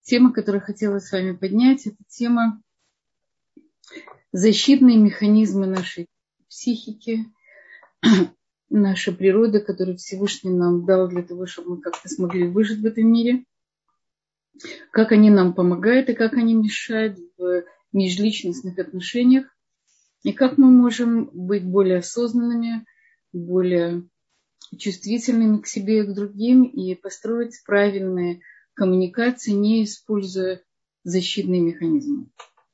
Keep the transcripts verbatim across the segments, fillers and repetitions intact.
Тема, которую хотела с вами поднять, это тема защитные механизмы нашей психики, наша природа, которую Всевышний нам дал для того, чтобы мы как-то смогли выжить в этом мире, как они нам помогают и как они мешают в межличностных отношениях, и как мы можем быть более осознанными, более чувствительными к себе и к другим и построить правильные коммуникации, не используя защитные механизмы.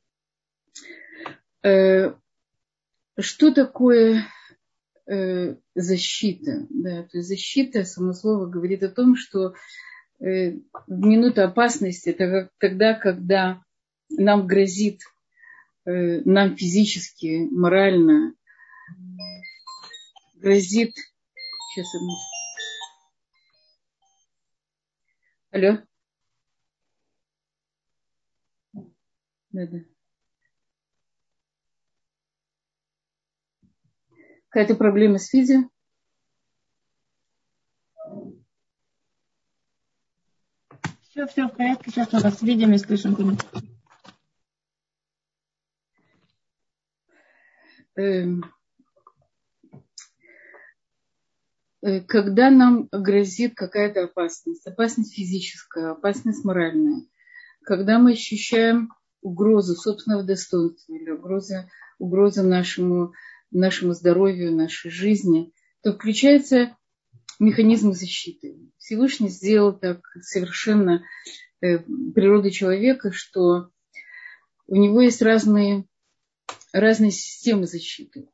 Что такое защита? Да, то есть защита, само слово говорит о том, что в минуту опасности, это тогда, когда нам грозит, нам физически, морально грозит... Сейчас одну. Алло? Да-да. Какая-то проблема с видео? Все, все в порядке. Сейчас мы вас видим и слышим. Когда нам грозит какая-то опасность, опасность физическая, опасность моральная, когда мы ощущаем угрозу собственного достоинства или угрозу, угрозу нашему, нашему здоровью, нашей жизни, то включается механизм защиты. Всевышний сделал так совершенно э, природа человека, что у него есть разные, разные системы защиты.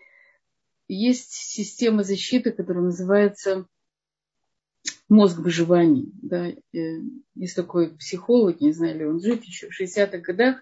Есть система защиты, которая называется мозг выживания. Да. Есть такой психолог, не знаю, ли он жив еще в шестидесятых годах.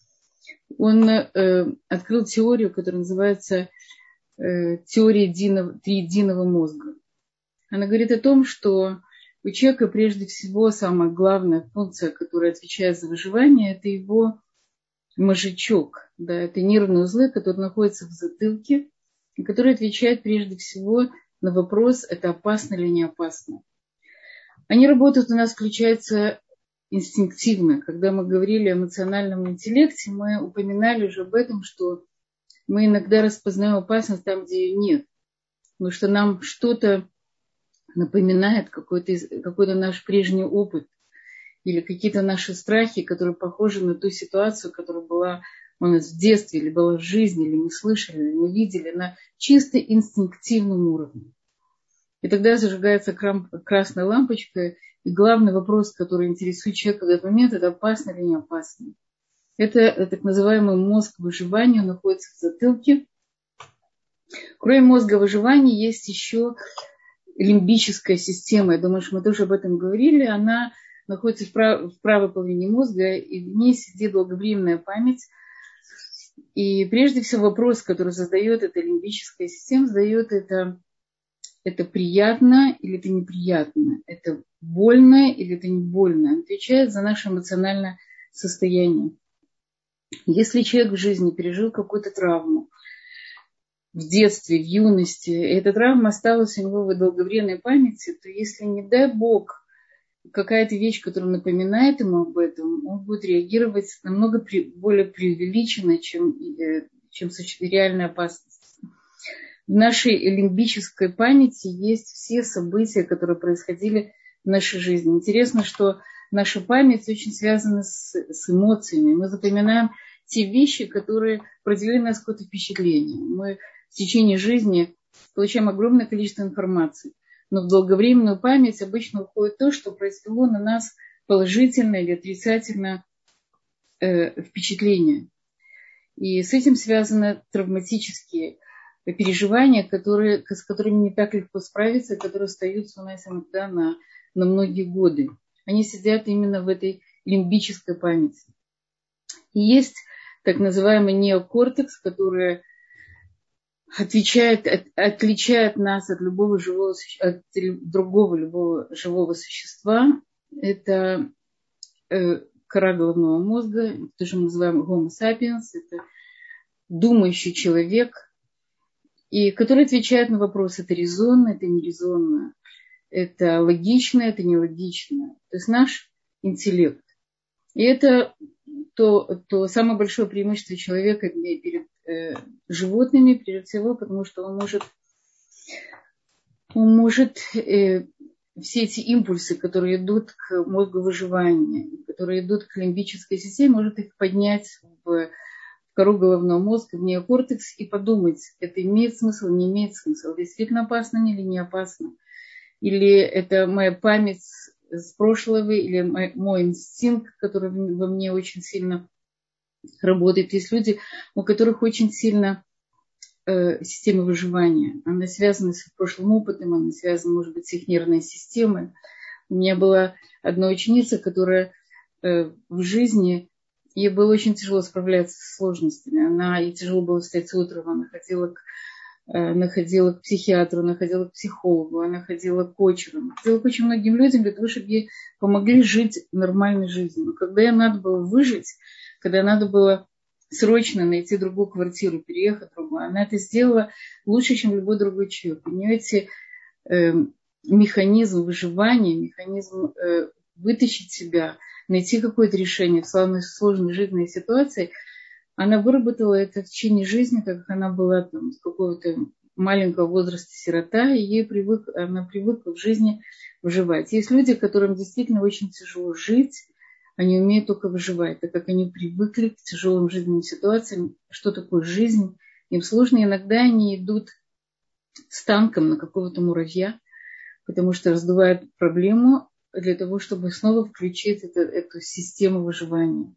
Он э, открыл теорию, которая называется э, теория единого, триединого мозга. Она говорит о том, что у человека прежде всего самая главная функция, которая отвечает за выживание, это его мозжечок. Да, это нервные узлы, которые находятся в затылке, и которые отвечают прежде всего на вопрос, это опасно или не опасно. Они работают у нас, включаются инстинктивно. Когда мы говорили о эмоциональном интеллекте, мы упоминали уже об этом, что мы иногда распознаем опасность там, где ее нет. Потому что нам что-то напоминает какой-то, какой-то наш прежний опыт или какие-то наши страхи, которые похожи на ту ситуацию, которая была у нас в детстве, или была в жизни, или мы слышали, или мы видели на чисто инстинктивном уровне. И тогда зажигается красная лампочка, и главный вопрос, который интересует человека в этот момент, это опасно или не опасно. Это так называемый мозг выживания, он находится в затылке. Кроме мозга выживания есть еще лимбическая система. Я думаю, что мы тоже об этом говорили. Она находится в, прав... в правой половине мозга, и в ней сидит долговременная память. И прежде всего вопрос, который задает эта лимбическая система, задает это, это приятно или это неприятно, это больно или это не больно. Он отвечает за наше эмоциональное состояние. Если человек в жизни пережил какую-то травму, в детстве, в юности, и эта травма осталась у него в долговременной памяти, то если, не дай Бог, какая-то вещь, которая напоминает ему об этом, он будет реагировать намного более преувеличенно, чем, чем реальная опасность. В нашей лимбической памяти есть все события, которые происходили в нашей жизни. Интересно, что наша память очень связана с, с эмоциями. Мы запоминаем те вещи, которые произвели на нас какое-то впечатление. Мы в течение жизни получаем огромное количество информации. Но в долговременную память обычно уходит то, что произвело на нас положительное или отрицательное э, впечатление. И с этим связаны травматические переживания, которые, с которыми не так легко справиться, которые остаются у нас иногда на, на многие годы. Они сидят именно в этой лимбической памяти. И есть так называемый неокортекс, который отвечает, от, отличает нас от любого живого, от другого любого живого существа. Это э, кора головного мозга, то, что мы называем Homo sapiens, это думающий человек, и который отвечает на вопрос, это резонно, это нерезонно, это логично, это нелогично. То есть наш интеллект. И это то, то самое большое преимущество человека перед э, животными, прежде всего, потому что он может, он может э, все эти импульсы, которые идут к мозгу выживания, которые идут к лимбической системе, может их поднять в кору головного мозга, в неокортекс и подумать, это имеет смысл, не имеет смысла, действительно опасно или не опасно, или это моя память с прошлого, или мой, мой инстинкт, который во мне очень сильно работает. Есть люди, у которых очень сильно э, система выживания, она связана с их прошлым опытом, она связана, может быть, с их нервной системой. У меня была одна ученица, которая э, в жизни, ей было очень тяжело справляться с сложностями. Она, ей тяжело было встать утром, она ходила к, э, она ходила к психиатру, она ходила к психологу, она ходила к коучеру, она ходила к очень многим людям для того, чтобы ей помогли жить нормальной жизнью. Но когда ей надо было выжить, когда надо было срочно найти другую квартиру, переехать в другую, она это сделала лучше, чем любой другой человек. У нее эти э, механизм выживания, механизм э, вытащить себя, найти какое-то решение в самой сложной жизненной ситуации, она выработала это в течение жизни, как она была там, с какого-то маленького возраста сирота, и ей привык, она привыкла в жизни выживать. Есть люди, которым действительно очень тяжело жить, они умеют только выживать, так как они привыкли к тяжелым жизненным ситуациям, что такое жизнь, им сложно, иногда они идут с танком на какого-то муравья, потому что раздувают проблему для того, чтобы снова включить это, эту систему выживания.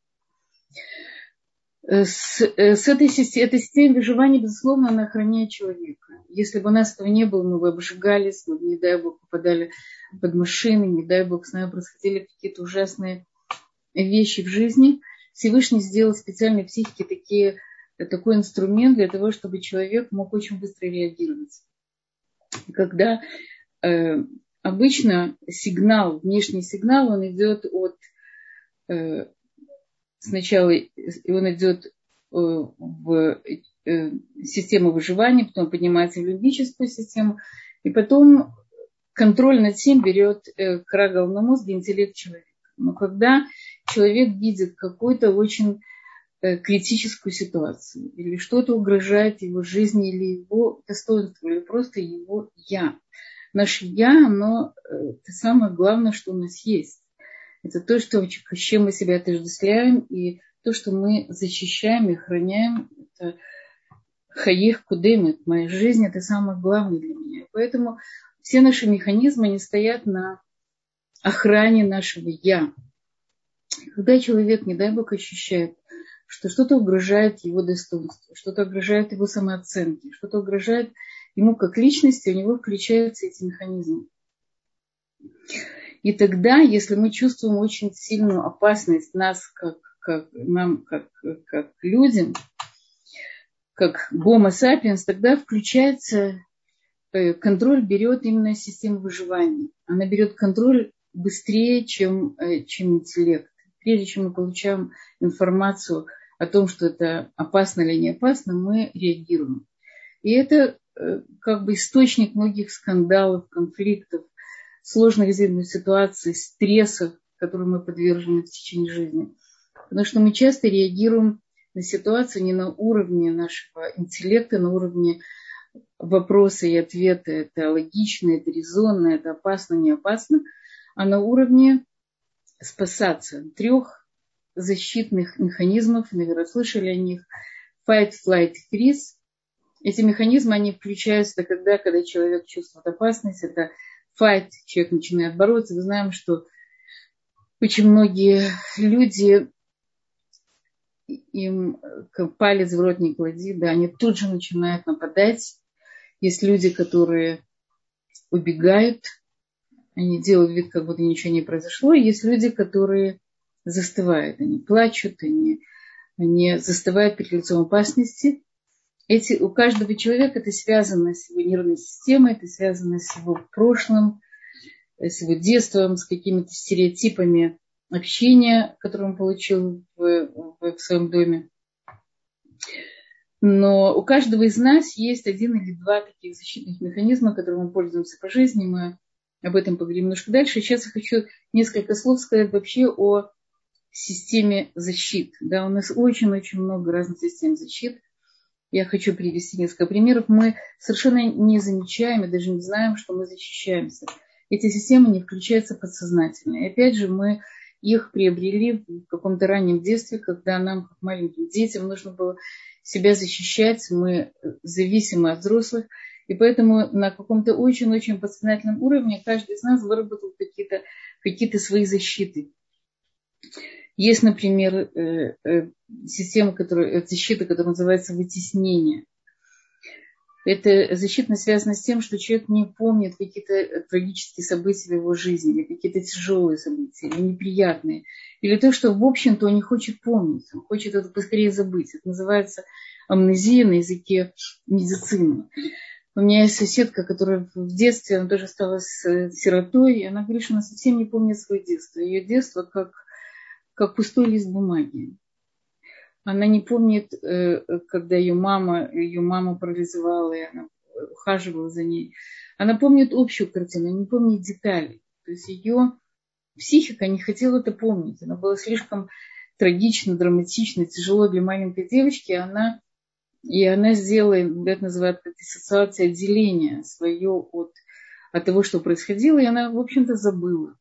С, с этой, этой системой выживания, безусловно, она охраняет человека. Если бы у нас этого не было, мы бы обжигались, мы бы, не дай бог, попадали под машины, не дай бог, с нами происходили какие-то ужасные вещи в жизни. Всевышний сделал специальной психике такие, такой инструмент для того, чтобы человек мог очень быстро реагировать. Когда э, обычно сигнал, внешний сигнал, он идет от э, сначала он идет э, в э, систему выживания, потом поднимается в лимбическую систему, и потом контроль над всем берет э, кора головного мозга, интеллект человека. Но когда человек видит какую-то очень э, критическую ситуацию, или что-то угрожает его жизни, или его достоинству, или просто его «я», наше «я», оно э, это самое главное, что у нас есть. Это то, что, с чем мы себя отождествляем, и то, что мы защищаем и храняем. Это хаих кудем, это моя жизнь, это самое главное для меня. Поэтому все наши механизмы, они стоят на охране нашего «я». Когда человек, не дай бог, ощущает, что что-то угрожает его достоинству, что-то угрожает его самооценке, что-то угрожает ему как личности, у него включаются эти механизмы. И тогда, если мы чувствуем очень сильную опасность нас, как, как, нам, как, как людям, как Homo sapiens, тогда включается контроль, берет именно система выживания. Она берет контроль быстрее, чем, чем интеллект. Прежде чем мы получаем информацию о том, что это опасно или не опасно, мы реагируем. И это как бы источник многих скандалов, конфликтов, сложных жизненных ситуаций, стрессов, которым мы подвержены в течение жизни. Потому что мы часто реагируем на ситуацию не на уровне нашего интеллекта, на уровне вопроса и ответа. Это логично, это резонно, это опасно, не опасно, а на уровне спасаться. Трех защитных механизмов, наверное, слышали о них. Fight, flight, freeze. Эти механизмы, они включаются тогда, когда человек чувствует опасность. Это fight, человек начинает бороться. Мы знаем, что очень многие люди, им палец в рот не клади, да, они тут же начинают нападать. Есть люди, которые убегают, они делают вид, как будто ничего не произошло. И есть люди, которые застывают, они плачут, они, они застывают перед лицом опасности. Эти, у каждого человека это связано с его нервной системой, это связано с его прошлым, с его детством, с какими-то стереотипами общения, которые он получил в, в, в своем доме. Но у каждого из нас есть один или два таких защитных механизма, которыми мы пользуемся по жизни. Мы об этом поговорим немножко дальше. Сейчас я хочу несколько слов сказать вообще о системе защит. Да, у нас очень-очень много разных систем защит. Я хочу привести несколько примеров. Мы совершенно не замечаем и даже не знаем, что мы защищаемся. Эти системы не включаются подсознательно. И опять же, мы их приобрели в каком-то раннем детстве, когда нам, как маленьким детям, нужно было себя защищать. Мы зависимы от взрослых. И поэтому на каком-то очень-очень подсознательном уровне каждый из нас выработал какие-то, какие-то свои защиты. Есть, например, система, которая, защита, которая называется вытеснение. Это защита связана с тем, что человек не помнит какие-то трагические события в его жизни, или какие-то тяжелые события, или неприятные, или то, что, в общем-то, он не хочет помнить, он хочет это поскорее забыть. Это называется амнезия на языке медицины. У меня есть соседка, которая в детстве, она тоже стала сиротой, и она говорит, что она совсем не помнит свое детство. Ее детство как, как пустой лист бумаги. Она не помнит, когда ее мама, ее мама парализовала, и она ухаживала за ней. Она помнит общую картину, не помнит деталей. То есть ее психика не хотела это помнить. Она была слишком трагично, драматично, тяжело для маленькой девочки. Она, и она сделала, это называют как диссоциация, отделение свое от, от того, что происходило. И она, в общем-то, забыла.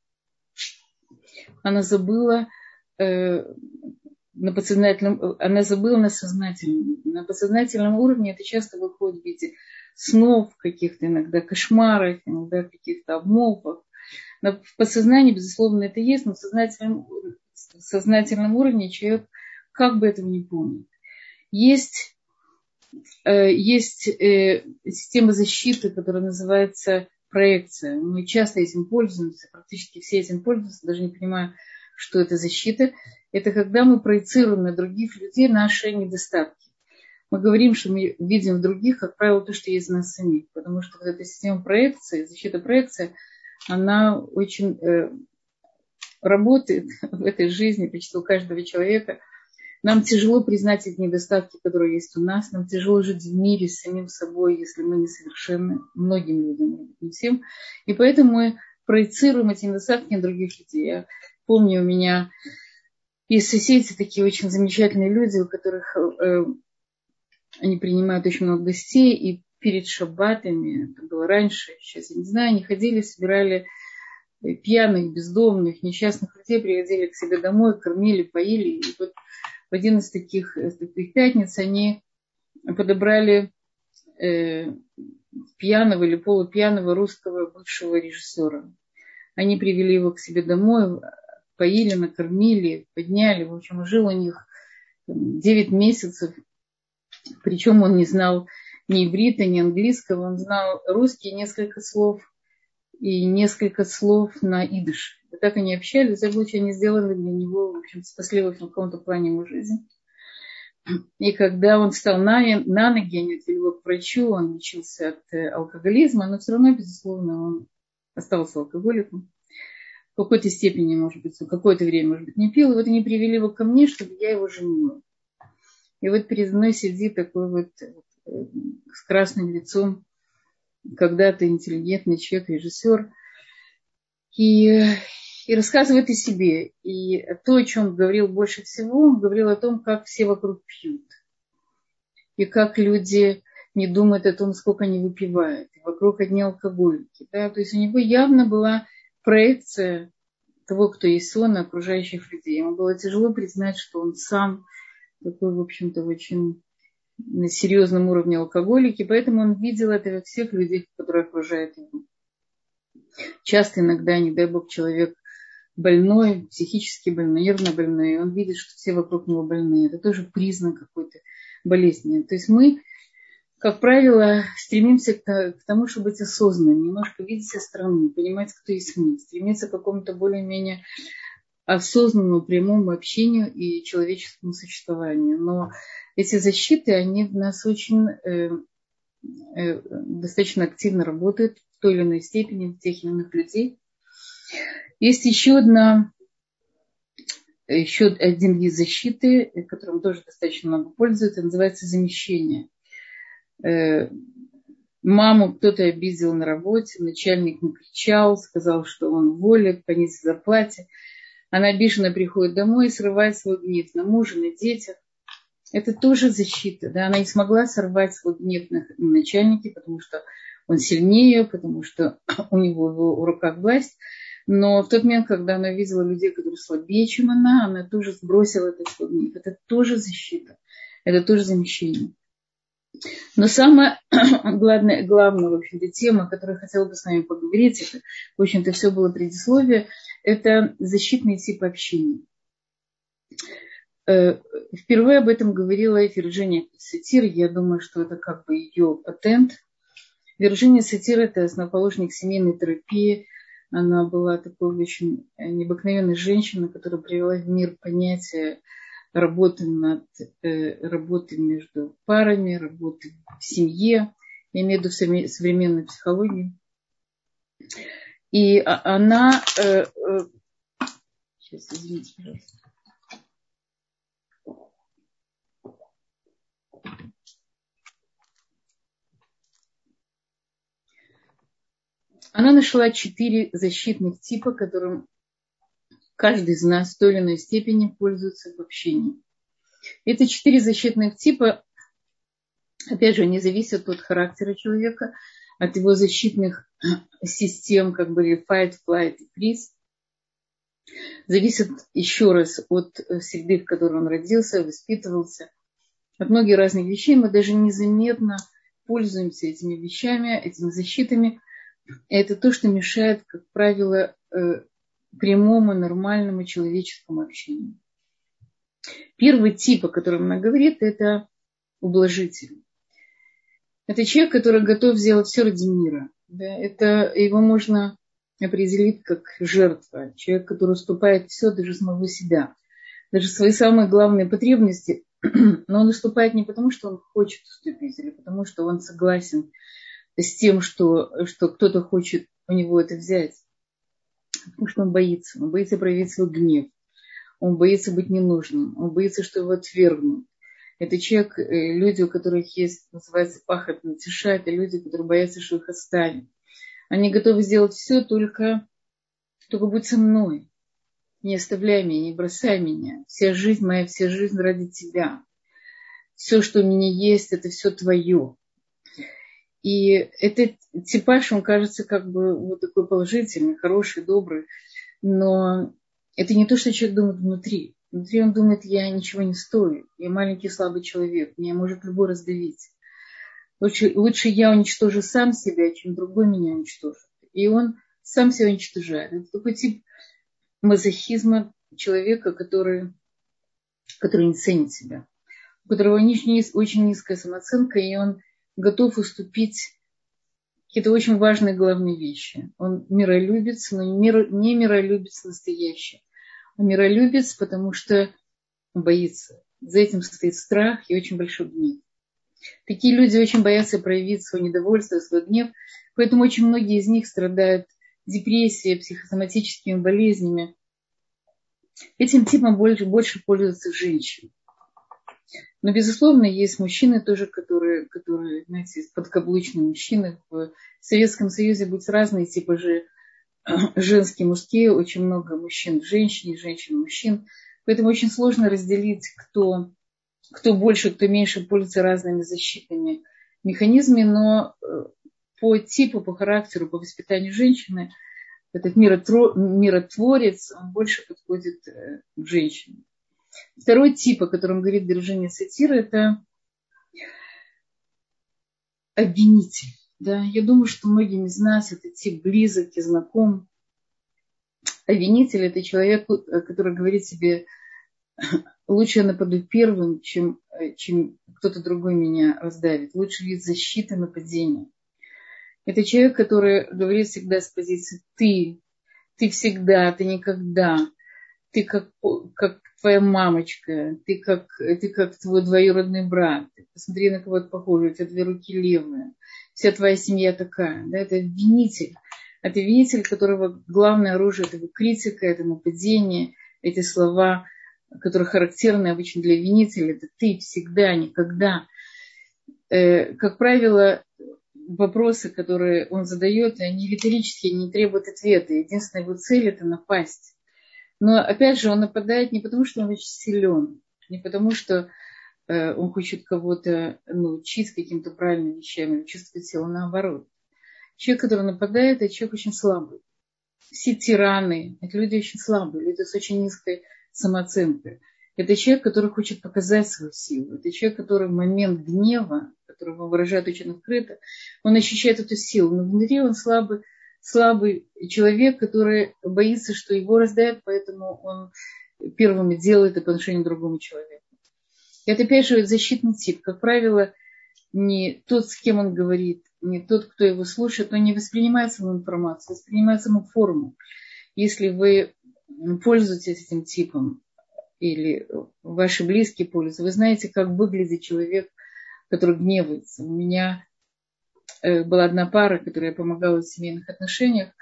Она забыла... Э, на подсознательном, она забыла на сознательном. На подсознательном уровне это часто выходит в виде снов каких-то, иногда кошмаров, иногда каких-то обмолвок. В подсознании, безусловно, это есть, но в сознательном, в сознательном уровне человек как бы этого не помнит. Есть, э, есть э, система защиты, которая называется проекция. Мы часто этим пользуемся, практически все этим пользуются, даже не понимая, что это защита. Это когда мы проецируем на других людей наши недостатки. Мы говорим, что мы видим в других, как правило, то, что есть в нас самих. Потому что вот эта система проекции, защита проекции, она очень э, работает в этой жизни, почти у каждого человека. Нам тяжело признать эти недостатки, которые есть у нас. Нам тяжело жить в мире с самим собой, если мы несовершенны. Многим людям, не всем. И поэтому мы проецируем эти недостатки на других людей. Я помню, у меня... Есть соседи, такие очень замечательные люди, у которых э, они принимают очень много гостей, и перед шаббатами, это было раньше, сейчас я не знаю, они ходили, собирали пьяных, бездомных, несчастных людей, приводили к себе домой, кормили, поили. И вот в один из таких, из таких пятниц они подобрали э, пьяного или полупьяного русского бывшего режиссера. Они привели его к себе домой, поили, накормили, подняли. В общем, жил у них девять месяцев. Причем он не знал ни иврита, ни английского. Он знал русский, несколько слов и несколько слов на идыш. И так они общались. В случае они сделали для него, в общем, спасливый в каком-то плане ему жизнь. И когда он встал на, на ноги, они отвели его к врачу, он лечился от алкоголизма, но все равно, безусловно, он остался алкоголиком. В какой-то степени, может быть, какое-то время, может быть, не пил. И вот они привели его ко мне, чтобы я его женила. И вот передо мной сидит такой вот с красным лицом, когда-то интеллигентный человек, режиссер, и, и рассказывает о себе. И то, о чем говорил больше всего, он говорил о том, как все вокруг пьют. И как люди не думают о том, сколько они выпивают. И вокруг одни алкоголики. Да? То есть у него явно была проекция того, кто есть он, на окружающих людей. Ему было тяжело признать, что он сам такой, в общем-то, очень на серьезном уровне алкоголики, поэтому он видел это во всех людях, которые окружают его. Часто иногда, не дай бог, человек больной, психически больной, нервно больной, и он видит, что все вокруг него больные. Это тоже признак какой-то болезни. То есть мы, как правило, стремимся к тому, чтобы быть осознанным, немножко видеть со стороны, понимать, кто есть мы, стремиться к какому-то более-менее осознанному прямому общению и человеческому существованию. Но эти защиты, они в нас очень э, э, достаточно активно работают в той или иной степени, в тех или иных людей. Есть еще одна, еще один вид защиты, которым тоже достаточно много пользуются, называется замещение. Э, маму кто-то обидел на работе, начальник накричал, сказал, что он уволит, понизит зарплате. Она обиженно приходит домой и срывает свой гнев на мужа, на детях. Это тоже защита. Да? Она не смогла сорвать свой гнев на начальнике, потому что он сильнее, потому что у него в руках власть. Но в тот момент, когда она видела людей, которые слабее, чем она, она тоже сбросила этот свой гнев. Это тоже защита. Это тоже замещение. Но самая главная, главная в общем-то, тема, о которой я хотела бы с вами поговорить, это, в общем-то, все было предисловие, это защитный тип общения. Впервые об этом говорила Вирджиния Сатир. Я думаю, что это как бы ее патент. Вирджиния Сатир – это основоположник семейной терапии. Она была такой очень необыкновенной женщиной, которая привела в мир понятие работы над работой между парами, работы в семье. Я имею в виду современную психологию. И она... Сейчас, извините, пожалуйста. Она нашла четыре защитных типа, которым каждый из нас в той или иной степени пользуется в общении. Эти четыре защитных типа, опять же, они зависят от характера человека, от его защитных систем, как бы fight, flight и freeze. Зависит еще раз от среды, в которой он родился, воспитывался, от многих разных вещей. Мы даже незаметно пользуемся этими вещами, этими защитами. Это то, что мешает, как правило, прямому, нормальному человеческому общению. Первый тип, о котором она говорит, это ублажитель. Это человек, который готов сделать все ради мира. Да? Это его можно определить как жертва. Человек, который уступает все, даже самого себя. Даже свои самые главные потребности. Но он уступает не потому, что он хочет уступить, или потому, что он согласен с тем, что, что кто-то хочет у него это взять. Потому что он боится. Он боится проявить свой гнев. Он боится быть ненужным. Он боится, что его отвергнут. Это человек, люди, у которых есть, называется, пахот натиша, это люди, которые боятся, что их оставят. Они готовы сделать все, только, только будь со мной. Не оставляй меня, не бросай меня. Вся жизнь моя, вся жизнь ради тебя. Все, что у меня есть, это все твое. И этот типаж, он кажется как бы вот такой положительный, хороший, добрый. Но это не то, что человек думает внутри. Внутри он думает, я ничего не стою. Я маленький слабый человек. Меня может любой раздавить. Лучше, лучше я уничтожу сам себя, чем другой меня уничтожит. И он сам себя уничтожает. Это такой тип мазохизма человека, который, который не ценит себя. У которого очень низкая самооценка, и он готов уступить какие-то очень важные главные вещи. Он миролюбец, но не миролюбец настоящий. Он миролюбец, потому что боится. За этим стоит страх и очень большой гнев. Такие люди очень боятся проявить свое недовольство, свой гнев. Поэтому очень многие из них страдают депрессией, психосоматическими болезнями. Этим типом больше, больше пользуются женщины. Но, безусловно, есть мужчины тоже, которые, которые, знаете, подкаблучные мужчины. В Советском Союзе будут разные типажи женские, мужские. Очень много мужчин, женщин, женщин, мужчин. Поэтому очень сложно разделить, кто, кто больше, кто меньше пользуется разными защитными механизмами. Но по типу, по характеру, по воспитанию женщины этот миротворец, он больше подходит к женщине. Второй тип, о котором говорит Вирджиния Сатир, это обвинитель. Да? Я думаю, что многим из нас этот тип близок и знаком. Обвинитель – это человек, который говорит себе, лучше я нападу первым, чем, чем кто-то другой меня раздавит. Лучше вид защиты, нападения. Это человек, который говорит всегда с позиции «ты», «ты всегда», «ты никогда», «ты как, как твоя мамочка», «ты как, ты как твой двоюродный брат», «посмотри, на кого ты похож, у тебя две руки левые», «вся твоя семья такая». Да, это обвинитель. Это обвинитель, которого главное оружие – это его критика, это нападение, эти слова, которые характерны обычно для обвинителя. Это «ты», «всегда», «никогда». Э, как правило, вопросы, которые он задает, они риторические, не требуют ответа. Единственная его цель – это напасть. Но опять же, он нападает не потому, что он очень силен, не потому, что э, он хочет кого-то научить каким-то правильным вещам или чувствовать силу, наоборот. Человек, который нападает, это человек очень слабый. Все тираны, это люди очень слабые, люди с очень низкой самооценкой. Это человек, который хочет показать свою силу. Это человек, который в момент гнева, который он выражает очень открыто, он ощущает эту силу. Но внутри он слабый, слабый человек, который боится, что его раздавят, поэтому он первым делает это по отношению к другому человеку. Это опять же защитный тип. Как правило, не тот, с кем он говорит, не тот, кто его слушает, но не воспринимает саму информацию, воспринимает саму форму. Если вы пользуетесь этим типом, или ваши близкие пользуются, вы знаете, как выглядит человек, который гневается. У меня была одна пара, которая помогала в семейных отношениях,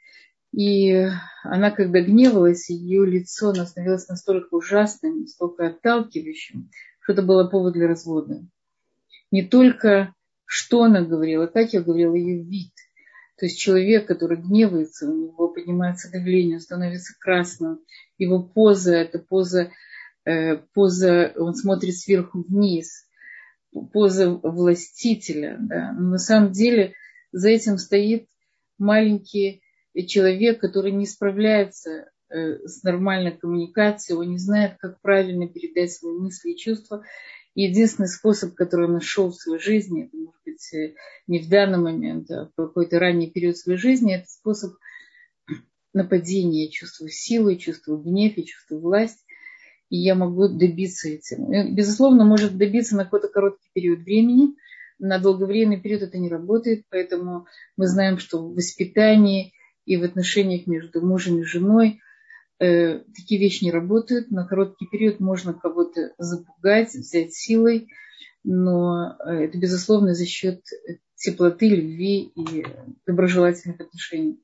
и она, когда гневалась, ее лицо становилось настолько ужасным, настолько отталкивающим, что это было повод для развода. Не только что она говорила, как я говорила, ее вид. То есть человек, который гневается, у него поднимается давление, он становится красным. Его поза, это поза, э, поза, он смотрит сверху вниз, поза властителя. Да. Но на самом деле за этим стоит маленький человек, который не справляется э, с нормальной коммуникацией, он не знает, как правильно передать свои мысли и чувства. Единственный способ, который он нашел в своей жизни, это может быть не в данный момент, а в какой-то ранний период своей жизни, это способ нападения. Я чувствую силу, я чувствую гнев, я чувствую власть, и я могу добиться этим. Безусловно, может добиться на какой-то короткий период времени, на долговременный период это не работает, поэтому мы знаем, что в воспитании и в отношениях между мужем и женой Э, такие вещи не работают. На короткий период можно кого-то запугать, взять силой, но э, это, безусловно, за счет теплоты, любви и доброжелательных отношений.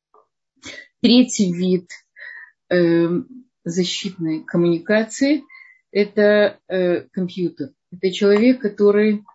Третий вид э, защитной коммуникации – это э, компьютер. Это человек, который...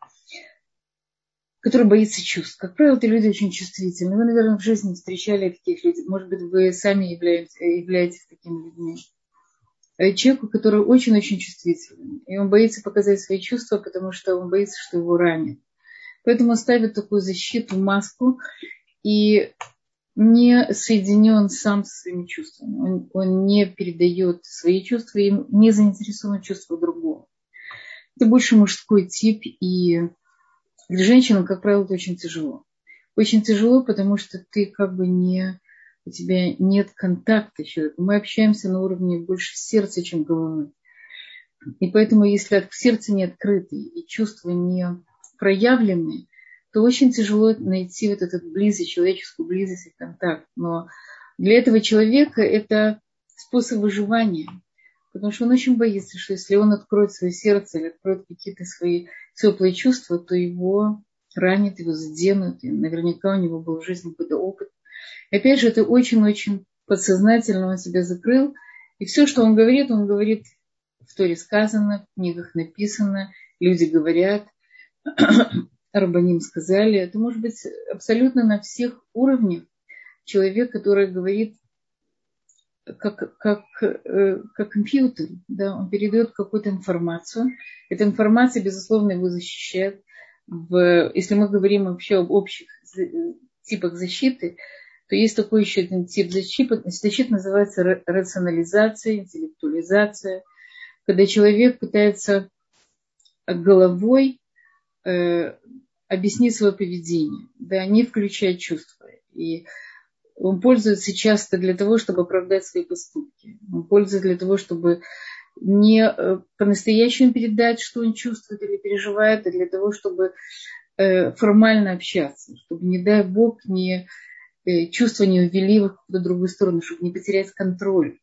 который боится чувств. Как правило, это люди очень чувствительны. Вы, наверное, в жизни встречали таких людей. Может быть, вы сами являетесь, являетесь такими людьми. Человеку, который очень-очень чувствительный. И он боится показать свои чувства, потому что он боится, что его ранят. Поэтому он ставит такую защиту, маску и не соединен сам со своими чувствами. Он, он не передает свои чувства и не заинтересован в чувствах другого. Это больше мужской тип, и для женщин, как правило, это очень тяжело. Очень тяжело, потому что ты как бы не... У тебя нет контакта с человеком. Мы общаемся на уровне больше сердца, чем головы. И поэтому, если сердце не открыто и чувства не проявлены, то очень тяжело найти вот этот близость, человеческую близость и контакт. Но для этого человека это способ выживания. Потому что он очень боится, что если он откроет свое сердце или откроет какие-то свои теплые чувства, то его ранят, его заденут. И наверняка у него был в жизни какой-то опыт. И опять же, это очень-очень подсознательно он себя закрыл. И все, что он говорит, он говорит в Торе сказано, в книгах написано, люди говорят, рабаним сказали. Это может быть абсолютно на всех уровнях. Человек, который говорит как, как, как компьютер, да, он передает какую-то информацию. Эта информация, безусловно, его защищает. В, если мы говорим вообще об общих типах защиты, то есть такой еще один тип защиты. Защита называется рационализация, интеллектуализация, когда человек пытается головой э, объяснить свое поведение, да, не включая чувства. И он пользуется часто для того, чтобы оправдать свои поступки. Он пользуется для того, чтобы не по-настоящему передать, что он чувствует или переживает, а для того, чтобы формально общаться, чтобы, не дай Бог, не, чувства не увели в какую-то другую сторону, чтобы не потерять контроль.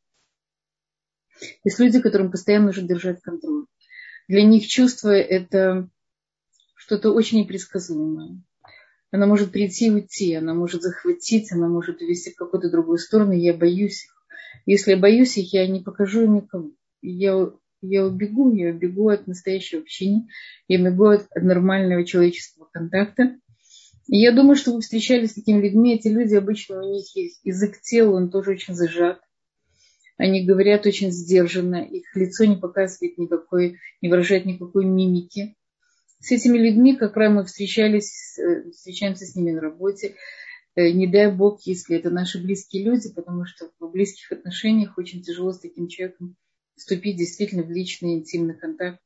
Есть люди, которым постоянно нужно держать контроль. Для них чувство – это что-то очень непредсказуемое. Она может прийти и уйти, она может захватить, она может увести в какую-то другую сторону. Я боюсь их. Если я боюсь их, я не покажу им никому. Я, я убегу, я убегу от настоящего общения, я убегу от нормального человеческого контакта. И я думаю, что вы встречались с такими людьми. Эти люди обычно, у них есть язык тела, он тоже очень зажат. Они говорят очень сдержанно, их лицо не показывает никакой, не выражает никакой мимики. С этими людьми, как правило, мы встречались, встречаемся с ними на работе. Не дай Бог, если это наши близкие люди, потому что в близких отношениях очень тяжело с таким человеком вступить действительно в личный интимный контакт.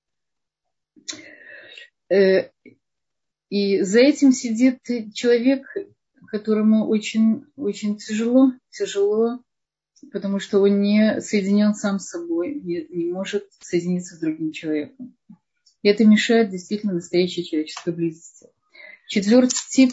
И за этим сидит человек, которому очень, очень тяжело, тяжело, потому что он не соединен сам с собой, не, не может соединиться с другим человеком. И это мешает действительно настоящей человеческой близости. Четвертый тип.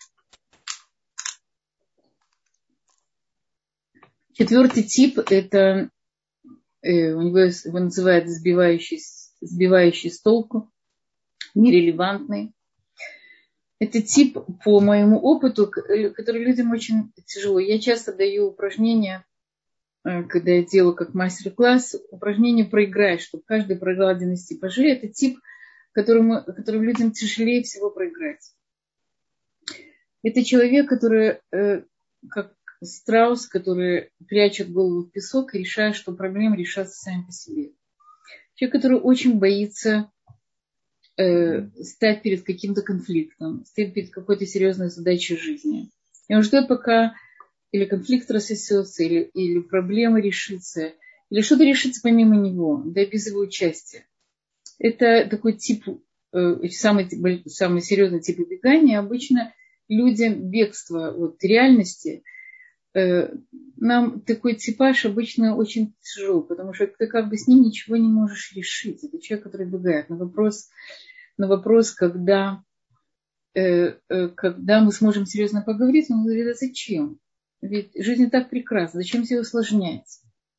Четвертый тип – это, э, у него его называют сбивающий, сбивающий с толку, нерелевантный. Это тип, по моему опыту, который людям очень тяжело. Я часто даю упражнения, когда я делаю как мастер-класс, упражнение «проиграй», чтобы каждый проиграл один из типажей. Это тип, которому, которым людям тяжелее всего проиграть. Это человек, который, как страус, который прячет голову в песок и решает, что проблемы решатся сами по себе. Человек, который очень боится э, стать перед каким-то конфликтом, стать перед какой-то серьезной задачей жизни. И он ждет, пока или конфликт рассосется, или, или проблема решится, или что-то решится помимо него, да без его участия. Это такой тип, э, самый, самый серьезный тип убегания. Обычно людям бегства от реальности, нам такой типаж обычно очень тяжело, потому что ты как бы с ним ничего не можешь решить. Это человек, который бегает. На вопрос, на вопрос когда, э, э, когда мы сможем серьезно поговорить, он говорит, а зачем? Ведь жизнь так прекрасна, зачем все усложнять?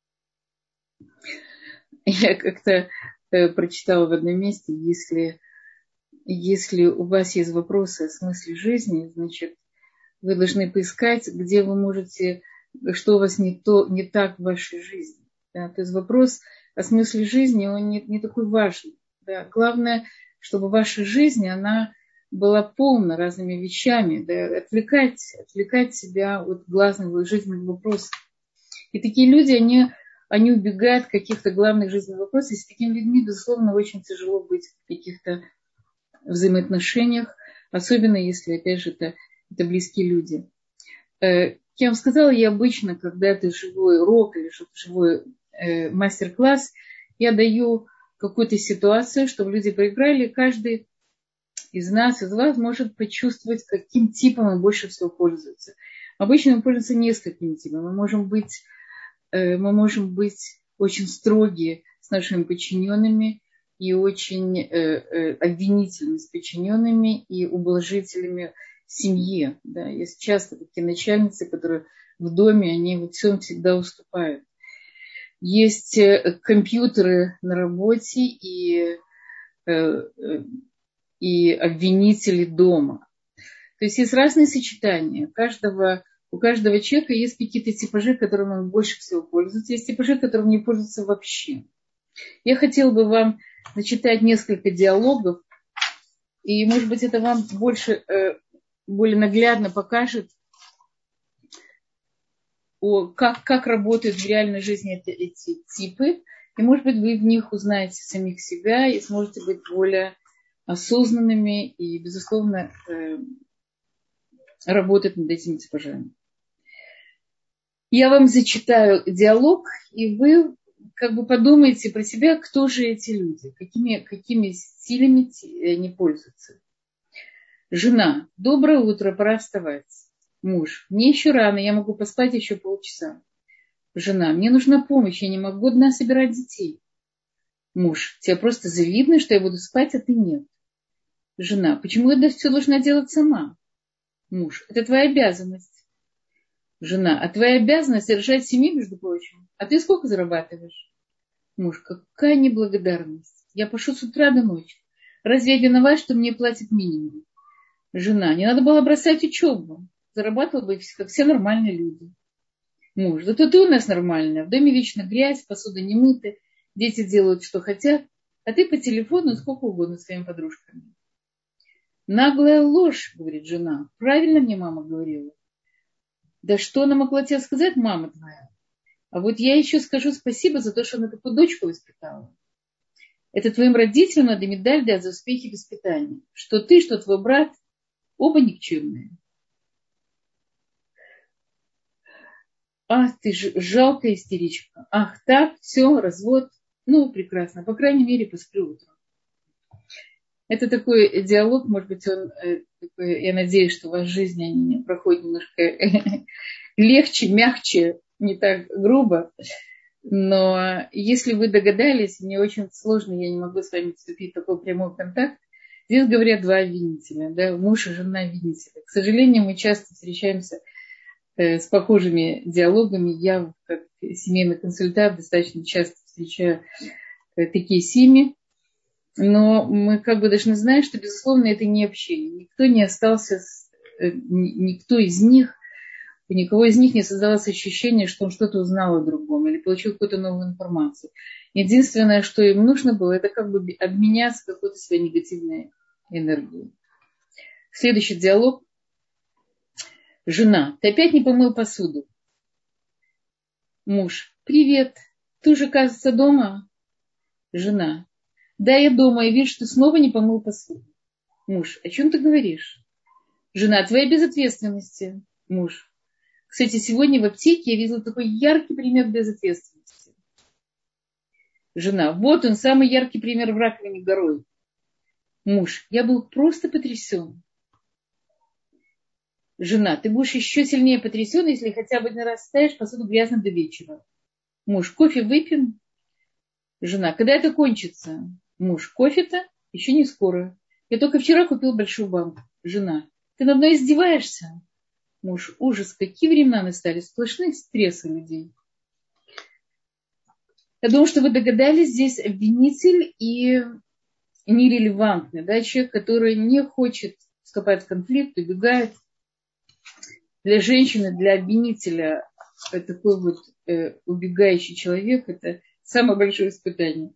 Я как-то э, прочитала в одном месте, если, если у вас есть вопросы о смысле жизни, значит, вы должны поискать, где вы можете, что у вас не, то, не так в вашей жизни. Да? То есть вопрос о смысле жизни, он не, не такой важный. Да? Главное, чтобы ваша жизнь, она была полна разными вещами. Да? Отвлекать, отвлекать себя от главных жизненных вопросов. И такие люди, они, они убегают от каких-то главных жизненных вопросов. И с такими людьми, безусловно, очень тяжело быть в каких-то взаимоотношениях. Особенно, если, опять же, это Это близкие люди. Я вам сказала, я обычно, когда это живой урок или живой э, мастер-класс, я даю какую-то ситуацию, чтобы люди проиграли. Каждый из нас, из вас может почувствовать, каким типом он больше всего пользуется. Обычно мы пользуемся несколькими типами. Мы можем быть, э, мы можем быть очень строги с нашими подчиненными и очень э, э, обвинительными с подчиненными и ублажителями в семье. Да. Есть часто такие начальницы, которые в доме, они во всем всегда уступают. Есть компьютеры на работе и, и обвинители дома. То есть есть разные сочетания. Каждого, у каждого человека есть какие-то типажи, которыми он больше всего пользуется. Есть типажи, которыми не пользуются вообще. Я хотела бы вам зачитать несколько диалогов. И, может быть, это вам больше, более наглядно покажет, о, как, как работают в реальной жизни эти, эти типы. И, может быть, вы в них узнаете самих себя и сможете быть более осознанными и, безусловно, э, работать над этими типажами. Я вам зачитаю диалог, и вы как бы подумайте про себя, кто же эти люди, какими, какими стилями они пользуются. Жена. Доброе утро, пора вставать. Муж. Мне еще рано, я могу поспать еще полчаса. Жена. Мне нужна помощь, я не могу одна собирать детей. Муж. Тебе просто завидно, что я буду спать, а ты нет. Жена. Почему я все должна делать сама? Муж. Это твоя обязанность. Жена. А твоя обязанность держать семью, между прочим. А ты сколько зарабатываешь? Муж. Какая неблагодарность. Я пашу с утра до ночи. Разве я виноват, что мне платят минимум? Жена. Не надо было бросать учебу. Зарабатывала бы, как все нормальные люди. Муж. Да то ты у нас нормальная. В доме вечно грязь, посуда не мыта, дети делают, что хотят, а ты по телефону сколько угодно своими подружками. Наглая ложь, говорит жена. Правильно мне мама говорила. Да что она могла тебе сказать, мама твоя? А вот я еще скажу спасибо за то, что она такую дочку воспитала. Это твоим родителям надо медаль дать за успехи воспитания. Что ты, что твой брат, оба никчемные. Ах, ты ж жалкая истеричка. Ах, так, все, развод. Ну, прекрасно. По крайней мере, посплю утром. Это такой диалог, может быть, он э, такой, я надеюсь, что у вас в жизни они проходят немножко легче, мягче, не так грубо. Но если вы догадались, мне очень сложно, я не могу с вами вступить в такой прямой контакт. Здесь говорят два обвинителя, да, муж и жена обвинителя. К сожалению, мы часто встречаемся э, с похожими диалогами. Я, как семейный консультант, достаточно часто встречаю э, такие семьи. Но мы как бы должны знать, что, безусловно, это не общение. Никто не остался, с, э, никто из них, у никого из них не создалось ощущение, что он что-то узнал о другом или получил какую-то новую информацию. Единственное, что им нужно было, это как бы обменяться какой-то своей негативной энергией. Следующий диалог. Жена. Ты опять не помыл посуду? Муж. Привет. Ты уже, кажется, дома? Жена. Да, я дома, и вижу, что ты снова не помыл посуду. Муж. О чем ты говоришь? Жена. О твоей безответственности. Муж. Кстати, сегодня в аптеке я видела такой яркий пример безответственности. Жена. Вот он, самый яркий пример в раковине горой. Муж. Я был просто потрясен. Жена. Ты будешь еще сильнее потрясен, если хотя бы один раз ставишь посуду грязно до вечера. Муж. Кофе выпьем? Жена. Когда это кончится? Муж. Кофе-то еще не скоро. Я только вчера купил большую банку. Жена. Ты над мной издеваешься? Муж. Ужас, какие времена настали. Сплошные стрессы людей. Я думаю, что вы догадались, здесь обвинитель и нерелевантный. Да, человек, который не хочет вступать в конфликт, убегает. Для женщины, для обвинителя такой вот э, убегающий человек – это самое большое испытание.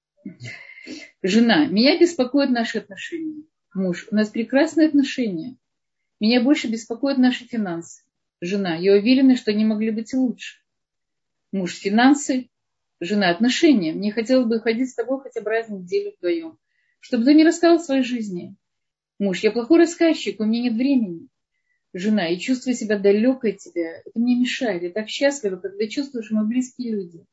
Жена. Меня беспокоят наши отношения. Муж. У нас прекрасные отношения. Меня больше беспокоят наши финансы. Жена. Я уверена, что они могли быть и лучше. Муж. Финансы. Жена. Отношения. Мне хотелось бы ходить с тобой хотя бы раз в неделю вдвоем, чтобы ты не рассказал в своей жизни. Муж. Я плохой рассказчик, у меня нет времени. Жена. И чувствую себя далекой от тебя. Это мне мешает. Я так счастлива, когда чувствую, что мы близкие люди.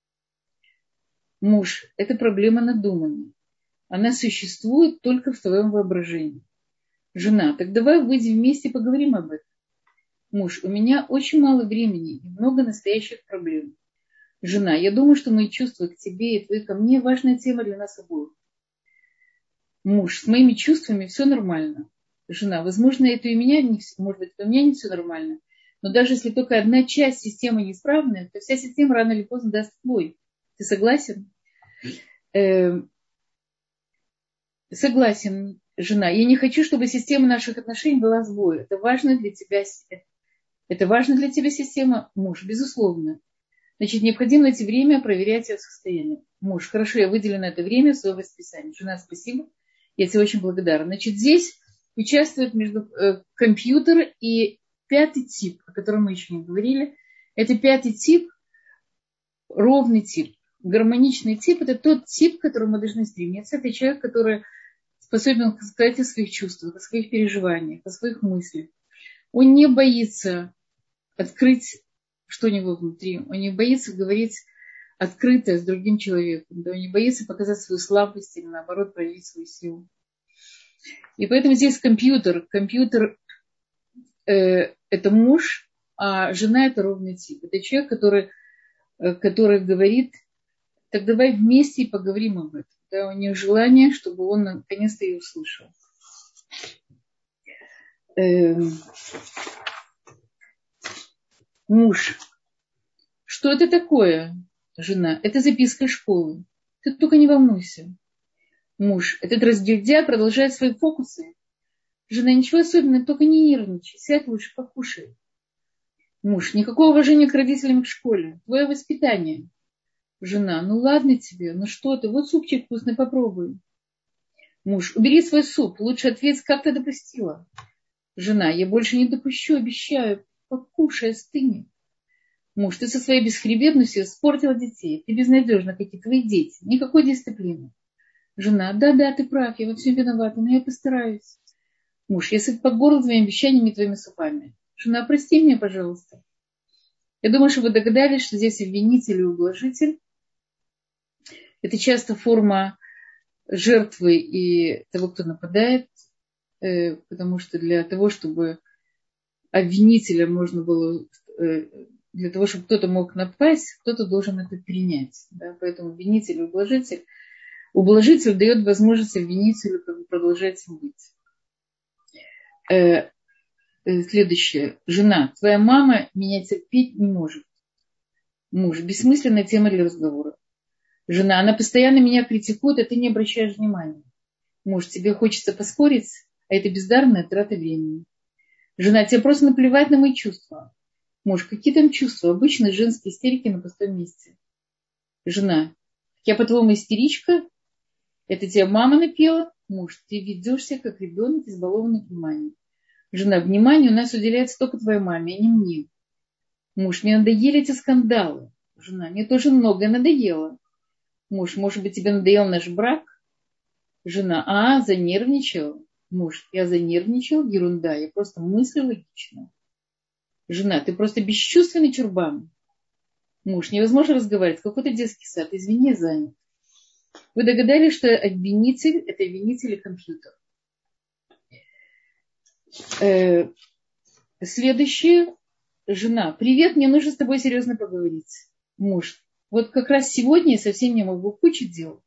Муж. Это проблема надуманная. Она существует только в твоем воображении. Жена. Так давай выйдем вместе и поговорим об этом. Муж. У меня очень мало времени и много настоящих проблем. Жена. Я думаю, что мои чувства к тебе и твои ко мне важная тема для нас обоих. Муж. С моими чувствами все нормально. Жена. Возможно, это и у меня не, может быть, у меня не все нормально. Но даже если только одна часть системы неисправная, то вся система рано или поздно даст сбой. Ты согласен? Э, согласен, жена. Я не хочу, чтобы система наших отношений была сбой. Это важно для тебя. Это важно для тебя система. Муж, безусловно. Значит, необходимо найти время проверять ее состояние. Муж, хорошо, я выделю на это время в своем расписании. Жена, спасибо. Я тебе очень благодарна. Значит, здесь участвует между э, компьютер и пятый тип, о котором мы еще не говорили. Это пятый тип, ровный тип. Гармоничный тип – это тот тип, к которому мы должны стремиться. Это человек, который способен сказать о своих чувствах, о своих переживаниях, о своих мыслях. Он не боится открыть что у него внутри. Он не боится говорить открыто с другим человеком. Да? Он не боится показать свою слабость или, наоборот, проявить свою силу. И поэтому здесь компьютер. Компьютер э, – это муж, а жена – это ровный тип. Это человек, который, э, который говорит, так давай вместе и поговорим об этом. Да? У него желание, чтобы он наконец-то ее услышал. Э, муж. Что это такое, жена? Это записка из школы. Ты только не волнуйся. Муж. Этот разгильдяй продолжает свои фокусы. Жена, ничего особенного, только не нервничай. Сядь лучше, покушай. Муж. Никакого уважения к родителям и к школе. Твое воспитание. Жена. Ну ладно тебе, ну что ты, вот супчик вкусный, попробуй. Муж. Убери свой суп. Лучше ответь, как ты допустила. Жена. Я больше не допущу, обещаю. Покушай, остынет. Муж, ты со своей бесхребетностью испортила детей. Ты безнадежна, как и твои дети. Никакой дисциплины. Жена, да-да, ты прав, я во всем виновата, но я постараюсь. Муж, я сыт по горло твоими обещаниями и твоими супами. Жена, прости меня, пожалуйста. Я думаю, что вы догадались, что здесь обвинитель и ублажитель. Это часто форма жертвы и того, кто нападает, потому что для того, чтобы обвинителя можно было, для того, чтобы кто-то мог напасть, кто-то должен это принять. Да? Поэтому обвинитель и ублажитель, ублажитель дает возможность обвинителю как бы продолжать им быть. Следующее. Жена, твоя мама меня терпеть не может. Муж, бессмысленная тема для разговора. Жена, она постоянно меня критикует, а ты не обращаешь внимания. Муж, тебе хочется поспорить, а это бездарная трата времени. Жена, тебе просто наплевать на мои чувства. Муж, какие там чувства? Обычно женские истерики на пустом месте. Жена, я, по-твоему, истеричка? Это тебя мама напела? Муж, ты ведешься, как ребенок, избалованный вниманием. Жена, внимание у нас уделяется только твоей маме, а не мне. Муж, мне надоели эти скандалы. Жена, мне тоже многое надоело. Муж, может быть, тебе надоел наш брак? Жена, а, занервничал. Муж, я занервничал, ерунда, я просто мыслю логично. Жена, ты просто бесчувственный чурбан. Муж, невозможно разговаривать, какой-то детский сад, извини, я занят. Вы догадались, что обвинитель – это обвинитель и компьютер. Э, следующее. Жена, привет, мне нужно с тобой серьезно поговорить. Муж, вот как раз сегодня я совсем не могу, куча дел.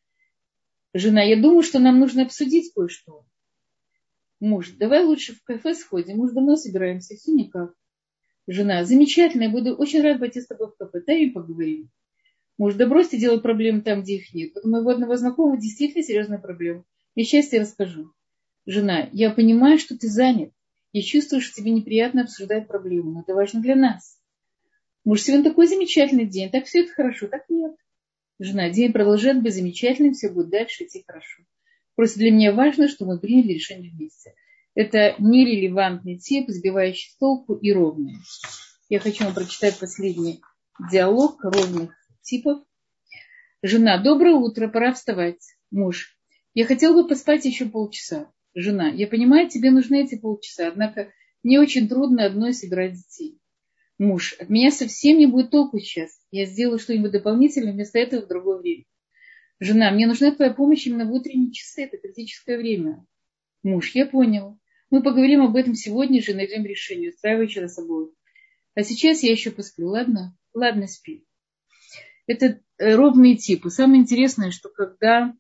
Жена, я думаю, что нам нужно обсудить кое-что. Муж, давай лучше в кафе сходим, мы уже давно собираемся, все никак. Жена, замечательно, я буду очень рад пойти с тобой в кафе, дай и поговорим. Муж, да брось ты делать проблемы там, где их нет. Вот у моего одного знакомого действительно серьезная проблема. Я сейчас тебе расскажу. Жена, я понимаю, что ты занят. Я чувствую, что тебе неприятно обсуждать проблему, но это важно для нас. Муж, сегодня такой замечательный день, так все это хорошо, так нет. Жена, день продолжает быть замечательным, все будет дальше идти хорошо. Просто для меня важно, что мы приняли решение вместе. Это нерелевантный тип, сбивающий с толку и ровный. Я хочу вам прочитать последний диалог ровных типов. Жена, доброе утро, пора вставать. Муж, я хотел бы поспать еще полчаса. Жена, я понимаю, тебе нужны эти полчаса, однако мне очень трудно одной собирать детей. Муж, от меня совсем не будет толку сейчас. Я сделаю что-нибудь дополнительное вместо этого в другое время. Жена, мне нужна твоя помощь именно в утренние часы, это критическое время. Муж, я понял. Мы поговорим об этом сегодня же, найдем решение, устраивающее нас обоих. А сейчас я еще посплю, ладно? Ладно, спи. Это э, ровные типы. Самое интересное, что когда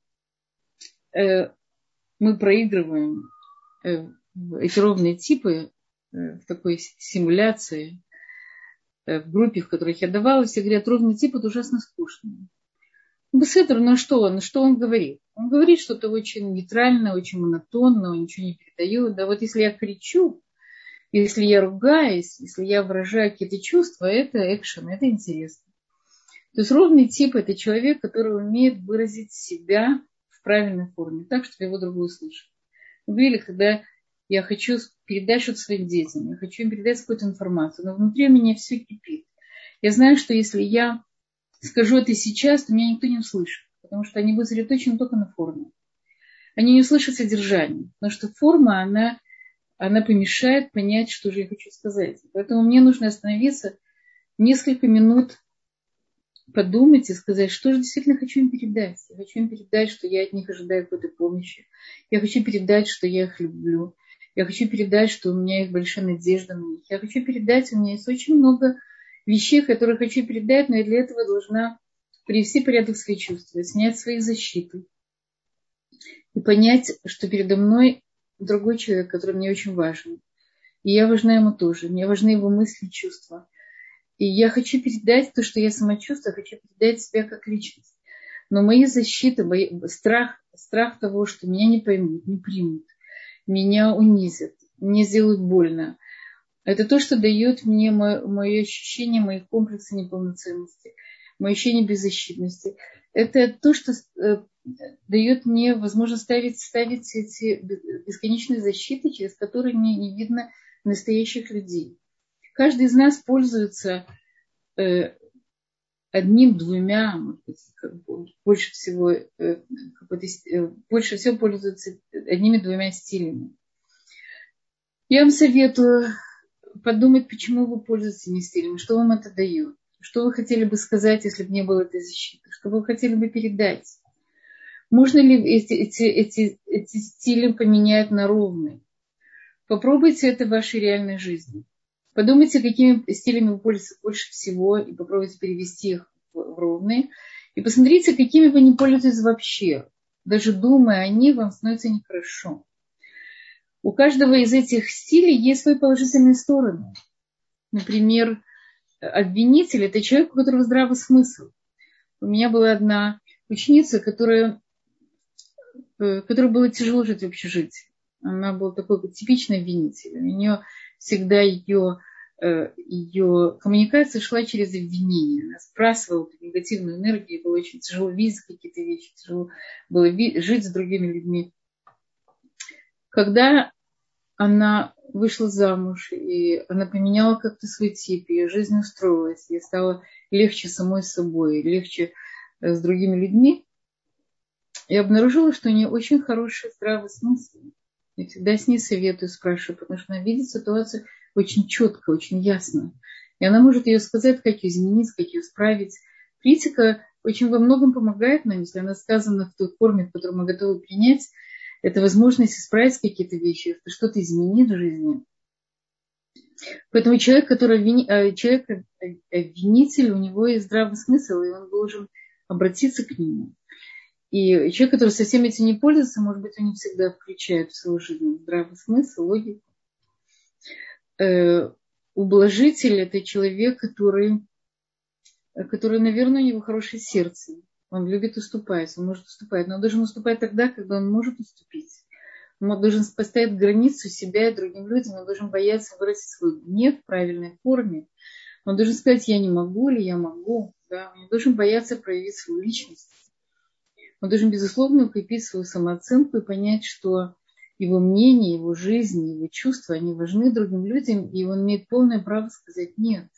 э, мы проигрываем э, эти ровные типы э, в такой симуляции, э, в группе, в которых я давала, все говорят, ровный тип это ужасно скучно. Беседер, ну что он? Что он говорит? Он говорит что-то очень нейтральное, очень монотонное, он ничего не передает. Да вот если я кричу, если я ругаюсь, если я выражаю какие-то чувства, это экшен, это интересно. То есть ровный тип – это человек, который умеет выразить себя в правильной форме, так, чтобы его другой услышал. Вы видели, когда я хочу передать что-то своим детям, я хочу им передать какую-то информацию, но внутри у меня все кипит. Я знаю, что если я скажу это сейчас, то меня никто не услышит, потому что они будут сосредоточены только на форме. Они не услышат содержание, потому что форма, она, она помешает понять, что же я хочу сказать. Поэтому мне нужно остановиться несколько минут, подумать и сказать, что же действительно хочу им передать. Я хочу им передать, что я от них ожидаю какой-то помощи. Я хочу передать, что я их люблю. Я хочу передать, что у меня есть большая надежда на них. Я хочу передать, у меня есть очень много вещей, которые хочу передать, но я для этого должна привести порядок в свои чувства, снять свои защиты и понять, что передо мной другой человек, который мне очень важен. И я важна ему тоже. Мне важны его мысли и чувства. И я хочу передать то, что я сама чувствую, хочу передать себя как личность. Но мои защиты, мои, страх, страх того, что меня не поймут, не примут, меня унизят, мне сделают больно, это то, что дает мне мое, мое ощущение, мои комплексы неполноценности, мое ощущение беззащитности. Это то, что э, дает мне возможность ставить, ставить эти бесконечные защиты, через которые мне не видно настоящих людей. Каждый из нас пользуется э, одним-двумя, может быть, как бы больше всего, э, э, больше всего пользуются одними-двумя стилями. Я вам советую подумать, почему вы пользуетесь этими стилями, что вам это дает, что вы хотели бы сказать, если бы не было этой защиты, что вы хотели бы передать. Можно ли эти, эти, эти, эти стили поменять на ровные? Попробуйте это в вашей реальной жизни. Подумайте, какими стилями вы пользуетесь больше всего, и попробуйте перевести их в ровные. И посмотрите, какими вы не пользуетесь вообще. Даже думая о них, вам становится нехорошо. У каждого из этих стилей есть свои положительные стороны. Например, обвинитель – это человек, у которого здравый смысл. У меня была одна ученица, которая, которой было тяжело жить в общежитии. Она была такой типичный обвинитель. У нее всегда ее, ее коммуникация шла через обвинение. Она сбрасывала негативную энергию, было очень тяжело видеть какие-то вещи, тяжело было жить с другими людьми. Когда она вышла замуж, и она поменяла как-то свой тип, ее жизнь устроилась, ей стало легче самой собой, легче с другими людьми, я обнаружила, что у нее очень хороший здравый смысл. Я всегда с ней советую, спрашиваю, потому что она видит ситуацию очень четко, очень ясно. И она может ее сказать, как ее изменить, как ее исправить. Критика очень во многом помогает нам, если она сказана в той форме, в которой мы готовы принять. Это возможность исправить какие-то вещи, что-то изменить в жизни. Поэтому человек, который обвини... человек обвинитель, у него есть здравый смысл, и он должен обратиться к нему. И человек, который со всем этим не пользуется, может быть, он не всегда включает в свою жизнь здравый смысл, логику. Э, ублажитель – это человек, который, который, наверное, у него хорошее сердце. Он любит уступать, он может уступать, но он должен уступать тогда, когда он может уступить. Он должен поставить границу себя и другим людям, он должен бояться выразить свой гнев в правильной форме. Он должен сказать, я не могу или я могу. Да? Он не должен бояться проявить свою личность. Он должен, безусловно, укрепить свою самооценку и понять, что его мнение, его жизнь, его чувства, они важны другим людям, и он имеет полное право сказать «нет».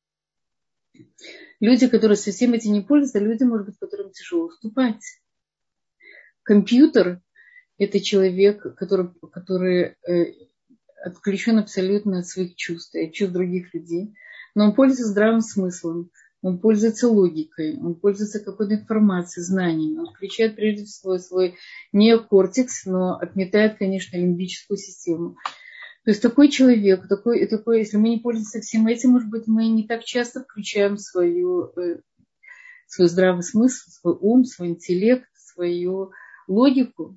Люди, которые совсем этим не пользуются, люди, может быть, которым тяжело уступать. Компьютер – это человек, который, который э, отключен абсолютно от своих чувств, от чувств других людей, но он пользуется здравым смыслом, он пользуется логикой, он пользуется какой-то информацией, знаниями, он включает прежде всего свой неокортекс, но отметает, конечно, лимбическую систему. То есть такой человек, такой, такой, если мы не пользуемся всем этим, может быть, мы не так часто включаем свою, свой здравый смысл, свой ум, свой интеллект, свою логику.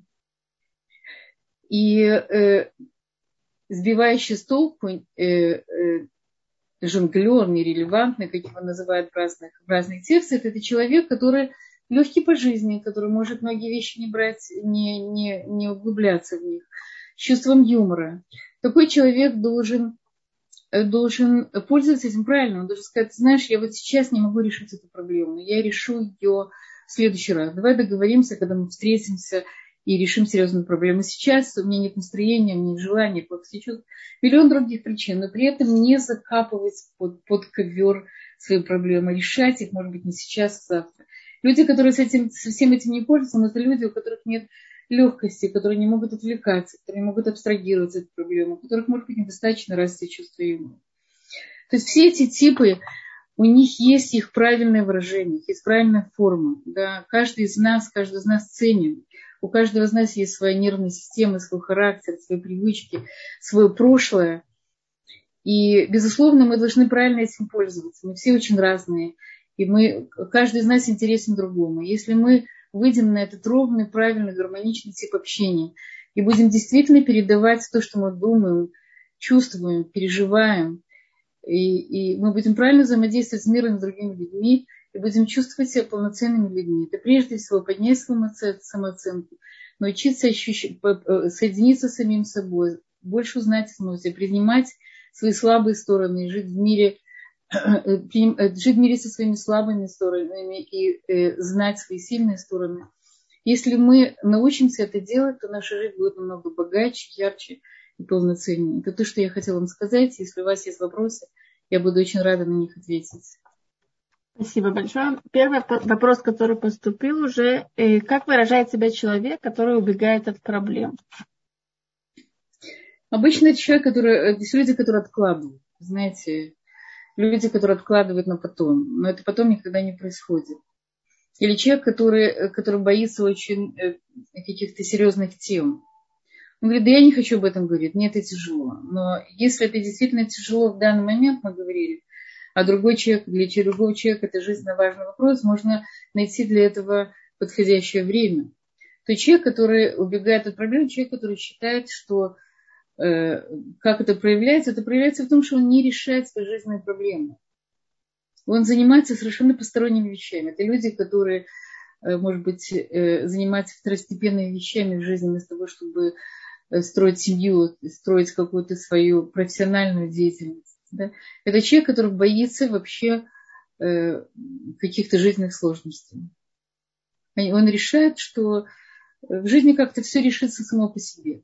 И э, сбивающий с толку э, э, жонглер, нерелевантный, как его называют в разных, в разных текстах, это человек, который легкий по жизни, который может многие вещи не брать, не, не, не углубляться в них, с чувством юмора. Такой человек должен, должен пользоваться этим правильно. Он должен сказать, знаешь, я вот сейчас не могу решить эту проблему, но я решу ее в следующий раз. Давай договоримся, когда мы встретимся и решим серьезную проблему. Сейчас у меня нет настроения, у меня нет желания, сейчас миллион других причин, но при этом не закапывать под, под ковер свои проблемы, решать их, может быть, не сейчас, а завтра. Люди, которые с этим, со всем этим не пользуются, но это люди, у которых нет легкости, которые не могут отвлекаться, которые не могут абстрагироваться от проблемы, у которых, может быть, недостаточно развития чувства юмора. То есть все эти типы, у них есть их правильное выражение, их есть правильная форма. Да? Каждый из нас, каждый из нас ценен. У каждого из нас есть своя нервная система, свой характер, свои привычки, свое прошлое. И, безусловно, мы должны правильно этим пользоваться. Мы все очень разные. И мы, каждый из нас интересен другому. Если мы выйдем на этот ровный, правильный, гармоничный тип общения и будем действительно передавать то, что мы думаем, чувствуем, переживаем, и, и мы будем правильно взаимодействовать с миром и с другими людьми, и будем чувствовать себя полноценными людьми. Это прежде всего поднять свою самооценку, научиться ощущать, соединиться с самим собой, больше узнать самого себя, принимать свои слабые стороны и жить в мире, жить в мире со своими слабыми сторонами и э, знать свои сильные стороны. Если мы научимся это делать, то наша жизнь будет намного богаче, ярче и полноценнее. Это то, что я хотела вам сказать. Если у вас есть вопросы, я буду очень рада на них ответить. Спасибо большое. Первый вопрос, который поступил уже. Как выражает себя человек, который убегает от проблем? Обычно это человек, который, это люди, которые откладывают. Знаете, люди, которые откладывают на потом. Но это потом никогда не происходит. Или человек, который, который боится очень каких-то серьезных тем. Он говорит, да я не хочу об этом говорить, мне это тяжело. Но если это действительно тяжело в данный момент, мы говорили, а другой человек, для другого человека это жизненно важный вопрос, можно найти для этого подходящее время. То человек, который убегает от проблем, человек, который считает, что э, как это проявляется, это проявляется в том, что он не решает свои жизненные проблемы. Он занимается совершенно посторонними вещами. Это люди, которые, э, может быть, э, занимаются второстепенными вещами в жизни вместо того, чтобы строить семью, строить какую-то свою профессиональную деятельность. Да? Это человек, который боится вообще э, каких-то жизненных сложностей. Он решает, что в жизни как-то все решится само по себе.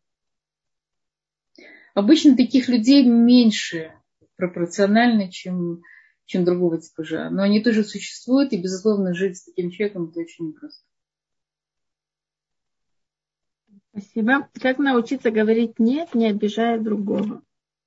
Обычно таких людей меньше пропорционально, чем, чем другого типажа. Но они тоже существуют, и, безусловно, жить с таким человеком это очень непросто. Спасибо. Как научиться говорить «нет», не обижая другого?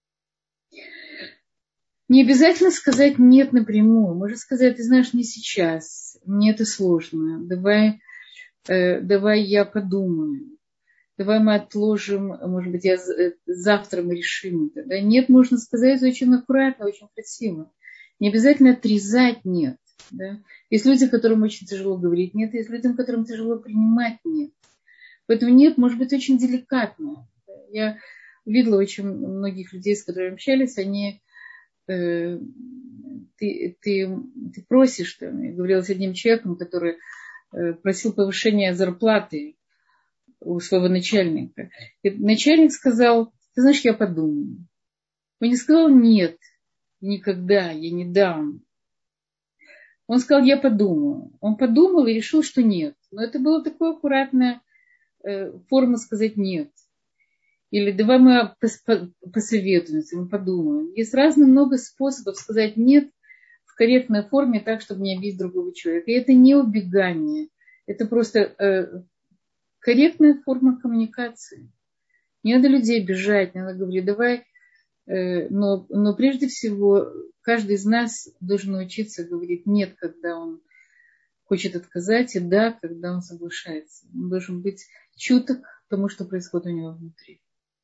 Не обязательно сказать «нет» напрямую. Можно сказать, ты знаешь, не сейчас, мне это сложно. Давай, э, давай я подумаю. Давай мы отложим, может быть, я, завтра мы решим это. Да? Нет, можно сказать очень аккуратно, очень красиво. Не обязательно отрезать «нет». Да? Есть люди, которым очень тяжело говорить «нет», есть люди, которым тяжело принимать «нет». Поэтому «нет» может быть очень деликатно. Я видела очень многих людей, с которыми общались, они... Э, ты, ты, ты просишь, там, я говорила с одним человеком, который э, просил повышения зарплаты у своего начальника. И начальник сказал, ты знаешь, я подумаю. Он не сказал нет, никогда, я не дам. Он сказал, я подумаю. Он подумал и решил, что нет. Но это была такая аккуратная э, форма сказать нет. Или давай мы посоветуемся, мы подумаем. Есть разные много способов сказать нет в корректной форме, так, чтобы не обидеть другого человека. И это не убегание. Это просто э, корректная форма коммуникации. Не надо людей обижать, не надо говорить, давай. Э, но, но прежде всего, каждый из нас должен научиться говорить нет, когда он хочет отказать, и да, когда он соглашается. Он должен быть чуток к тому, что происходит у него внутри.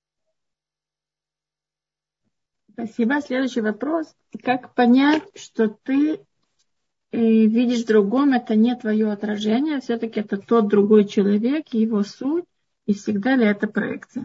Спасибо. Следующий вопрос. Как понять, что ты видишь в другом, это не твое отражение, все-таки это тот другой человек, его суть, и всегда ли это проекция?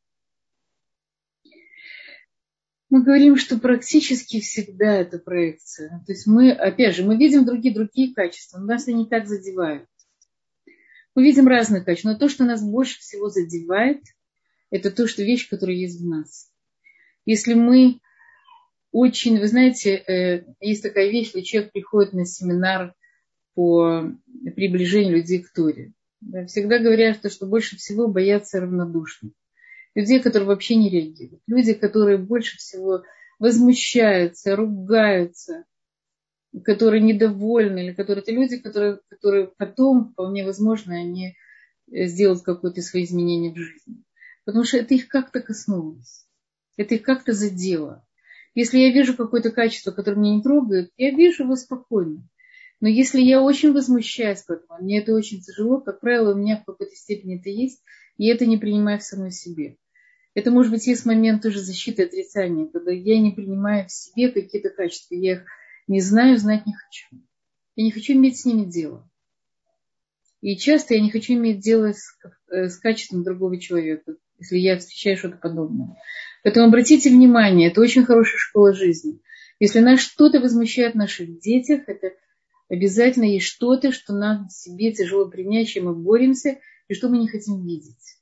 Мы говорим, что практически всегда это проекция. То есть мы, опять же, мы видим другие, другие качества, но нас они так задевают. Мы видим разные качества, но то, что нас больше всего задевает, это то, что вещь, которая есть в нас. Если мы очень, вы знаете, есть такая вещь, что человек приходит на семинар по приближению людей к Торе. Всегда говорят, что больше всего боятся равнодушных. Людей, которые вообще не реагируют. Люди, которые больше всего возмущаются, ругаются, которые недовольны, или которые это люди, которые, которые потом, вполне возможно, они сделают какое-то свои изменения в жизни. Потому что это их как-то коснулось. Это их как-то задело. Если я вижу какое-то качество, которое меня не трогает, я вижу его спокойно. Но если я очень возмущаюсь по этому, мне это очень тяжело, как правило, у меня в какой-то степени это есть, и это не принимаю в самой себе. Это, может быть, есть момент тоже защиты отрицания, когда я не принимаю в себе какие-то качества, я их не знаю, знать не хочу. Я не хочу иметь с ними дело. И часто я не хочу иметь дело с, с качеством другого человека, если я встречаю что-то подобное. Поэтому обратите внимание, это очень хорошая школа жизни. Если нас что-то возмущает в наших детях, это обязательно есть что-то, что нам в себе тяжело принять, чем мы боремся, и что мы не хотим видеть.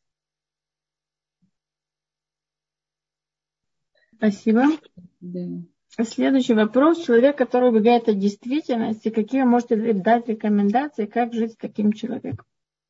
Спасибо. Да. Следующий вопрос. Человек, который убегает от действительности, какие вы можете дать рекомендации, как жить с таким человеком?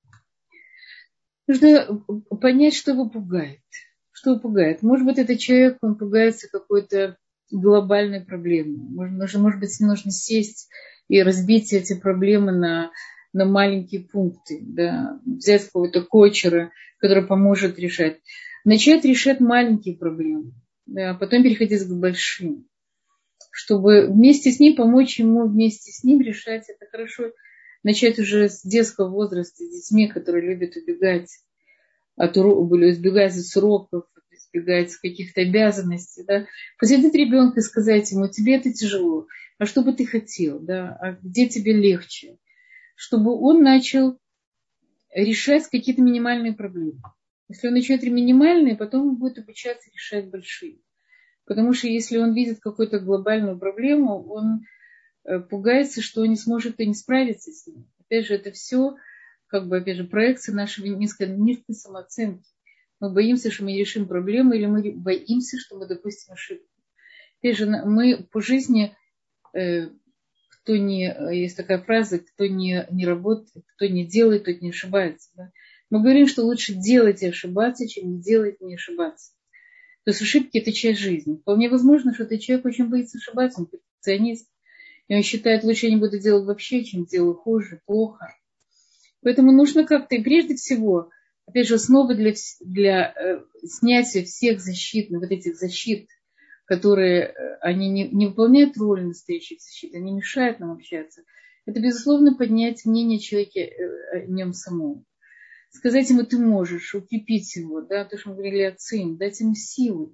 Нужно понять, что его пугает. Что его пугает. Может быть, этот человек, он пугается какой-то глобальной проблемы. Может, может быть, с ним нужно сесть и разбить эти проблемы на, на маленькие пункты, да, взять какого-то коучера, который поможет решать. Начать решать маленькие проблемы, да, а потом переходить к большим, чтобы вместе с ним помочь ему, вместе с ним решать. Это хорошо начать уже с детского возраста, с детьми, которые любят убегать от уроков, избегать от уроков, избегать каких-то обязанностей, да. Посадить ребенка и сказать ему: тебе это тяжело, а что бы ты хотел, да, а где тебе легче, чтобы он начал решать какие-то минимальные проблемы. Если он начнет минимальные, потом он будет обучаться решать большие. Потому что если он видит какую-то глобальную проблему, он пугается, что он не сможет и не справиться с ней. Опять же, это все, как бы, опять же, проекция нашей низкой, низкой самооценки. Мы боимся, что мы решим проблему, или мы боимся, что мы допустим ошибку. Опять же, мы по жизни, кто не, есть такая фраза, кто не, не работает, кто не делает, тот не ошибается. Да? Мы говорим, что лучше делать и ошибаться, чем не делать и не ошибаться. То есть ошибки – это часть жизни. Вполне возможно, что этот человек очень боится ошибаться, он перфекционист. И он считает, лучше я не буду делать вообще, чем делаю хуже, плохо. Поэтому нужно как-то, и прежде всего, опять же, основа для, для э, снятия всех защит, вот этих защит, которые, э, они не, не выполняют роль настоящих защит, они мешают нам общаться. Это, безусловно, поднять мнение человека э, о нем самом. Сказать ему: ты можешь, укрепить его, да, то, что мы говорили отцы, дать ему силы.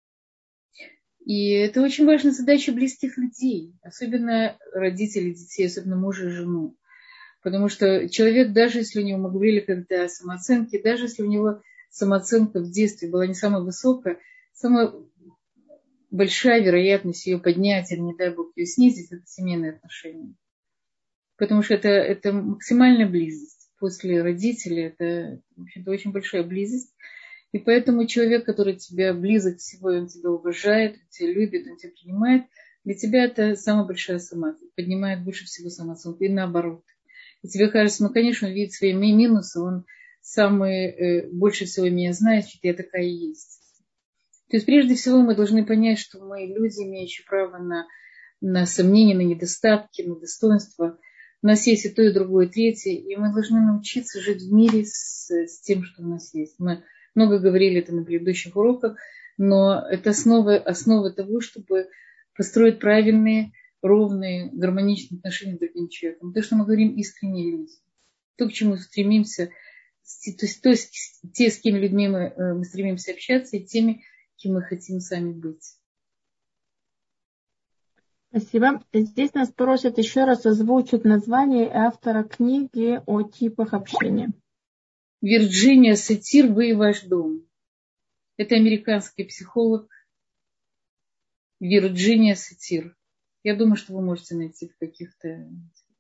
И это очень важная задача близких людей, особенно родителей детей, особенно мужа и жену. Потому что человек, даже если у него, мы говорили когда о самооценке, даже если у него самооценка в детстве была не самая высокая, самая большая вероятность ее поднять или, не дай Бог, ее снизить, это семейные отношения. Потому что это, это максимальная близость. После родителей это, в общем-то, очень большая близость. И поэтому человек, который тебе близок всего, он тебя уважает, он тебя любит, он тебя принимает, для тебя это самая большая самооценка, поднимает выше всего самооценку. И наоборот. И тебе кажется, ну, конечно, он видит свои минусы, он самый, э, больше всего меня знает, что я такая и есть. То есть, прежде всего, мы должны понять, что мы люди, имеющие право на, на сомнения, на недостатки, на достоинства. У нас есть и то, и другое, и третье, и мы должны научиться жить в мире с, с тем, что у нас есть. Мы много говорили это на предыдущих уроках, но это основа, основа того, чтобы построить правильные, ровные, гармоничные отношения с другим человеком. То, что мы говорим, искренние люди. То, к чему стремимся, то есть, то есть те, с кем людьми мы, мы стремимся общаться, и теми, кем мы хотим сами быть. Спасибо. Здесь нас просят еще раз озвучить название автора книги о типах общения. Вирджиния Сатир «Вы и ваш дом». Это американский психолог Вирджиния Сатир. Я думаю, что вы можете найти в каких-то...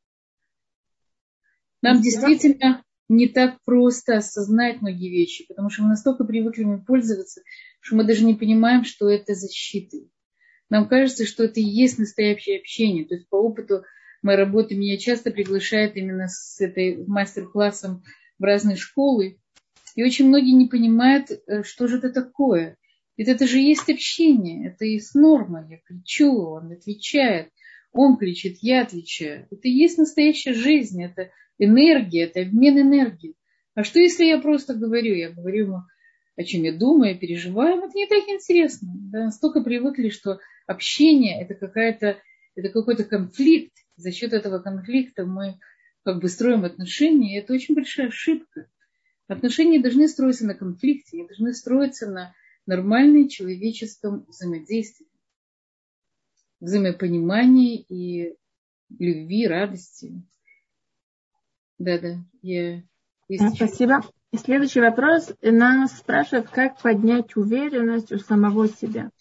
Нам Спасибо. Действительно не так просто осознать многие вещи, потому что мы настолько привыкли ими пользоваться, что мы даже не понимаем, что это защита. Нам кажется, что это и есть настоящее общение. То есть по опыту моей работы меня часто приглашают именно с этой мастер-классом в разные школы. И очень многие не понимают, что же это такое. Ведь это же есть общение, это есть норма. Я кричу, он отвечает, он кричит, я отвечаю. Это и есть настоящая жизнь, это энергия, это обмен энергией. А что если я просто говорю, я говорю ему, о чем я думаю, переживаю, это не так интересно. Да? Настолько привыкли, что общение это, какая-то, это какой-то конфликт. За счет этого конфликта мы как бы строим отношения, и это очень большая ошибка. Отношения должны строиться на конфликте, они должны строиться на нормальном человеческом взаимодействии, взаимопонимании и любви, радости. Да-да, я... Спасибо. И следующий вопрос. Нас спрашивают, как поднять уверенность у самого себя.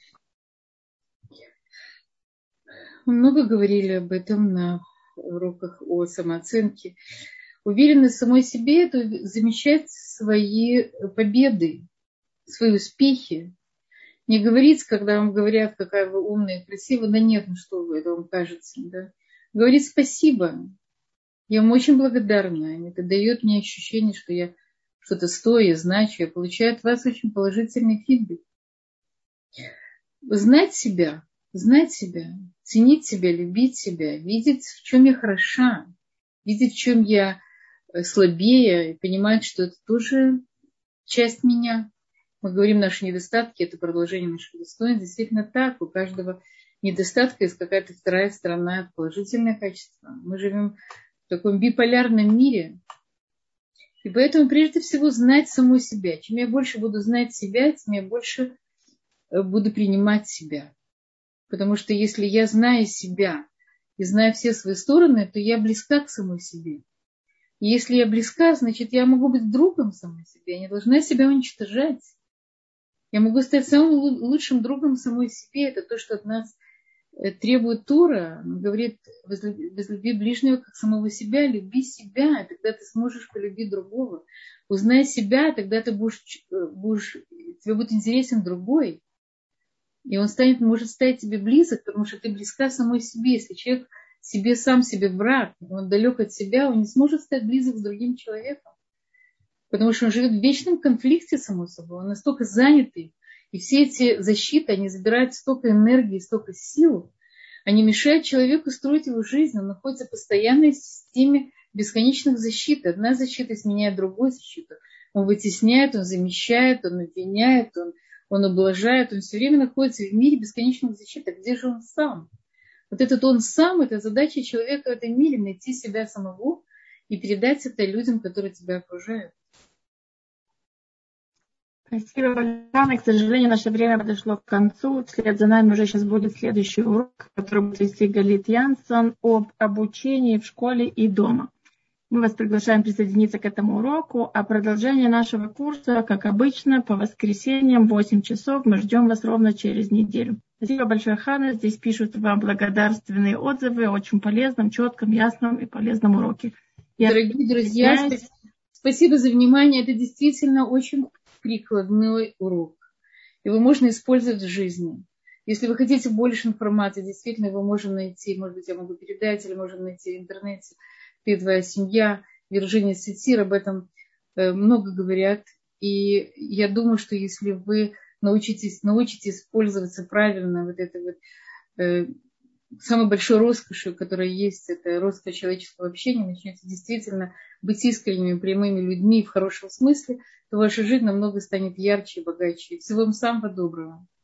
Мы много говорили об этом на уроках о самооценке. Уверенность в самой себе – это замечать свои победы, свои успехи. Не говорить, когда вам говорят, какая вы умная и красивая, да нет, ну что вы, это вам кажется. Да? Говорить спасибо. Я вам очень благодарна. Это дает мне ощущение, что я что-то стою, значу. Я получаю от вас очень положительный фидбэк. Знать себя, знать себя, ценить себя, любить себя, видеть, в чем я хороша, видеть, в чем я слабее, и понимать, что это тоже часть меня. Мы говорим, наши недостатки – это продолжение наших достоинств. Действительно так, у каждого недостатка есть какая-то вторая сторона, положительное качество. Мы живем в таком биполярном мире. И поэтому прежде всего знать саму себя. Чем я больше буду знать себя, тем я больше буду принимать себя. Потому что если я знаю себя и знаю все свои стороны, то я близка к самой себе. И если я близка, значит, я могу быть другом самой себе. Я не должна себя уничтожать. Я могу стать самым лучшим другом самой себе. Это то, что от нас требует Тора. Он говорит, возлюби ближнего как самого себя, люби себя, тогда ты сможешь полюбить другого. Узнай себя, тогда ты будешь, будешь, тебе будет интересен другой. И он станет, может стать тебе близок, потому что ты близка самой себе. Если человек себе сам себе враг, он далек от себя, он не сможет стать близок с другим человеком. Потому что он живет в вечном конфликте с самой собой. Он настолько занятый. И все эти защиты, они забирают столько энергии, столько сил. Они мешают человеку строить его жизнь. Он находится в постоянной системе бесконечных защит. Одна защита сменяет другую защиту. Он вытесняет, он замещает, он обвиняет, он, он ублажает. Он все время находится в мире бесконечных защит. А где же он сам? Вот этот он сам, это задача человека в этом мире, найти себя самого и передать это людям, которые тебя окружают. Спасибо большое. К сожалению, наше время подошло к концу. Вслед за нами уже сейчас будет следующий урок, который будет вести Галит Янсон об обучении в школе и дома. Мы вас приглашаем присоединиться к этому уроку. А продолжение нашего курса, как обычно, по воскресеньям в восемь часов. Мы ждем вас ровно через неделю. Спасибо большое, Хана. Здесь пишут вам благодарственные отзывы о очень полезном, четком, ясном и полезном уроке. Я Дорогие друзья, спасибо за внимание. Это действительно очень прикладной урок. Его можно использовать в жизни. Если вы хотите больше информации, действительно его можно найти. Может быть, я могу передать, или можно найти в интернете. Ты, твоя семья, Вирджиния Сетир об этом много говорят. И я думаю, что если вы научитесь, научитесь пользоваться правильно вот этой вот э, самой большой роскошью, которая есть, это роскошь человеческого общения, начнете действительно быть искренними, прямыми людьми в хорошем смысле, то ваша жизнь намного станет ярче и богаче. Всего вам самого доброго.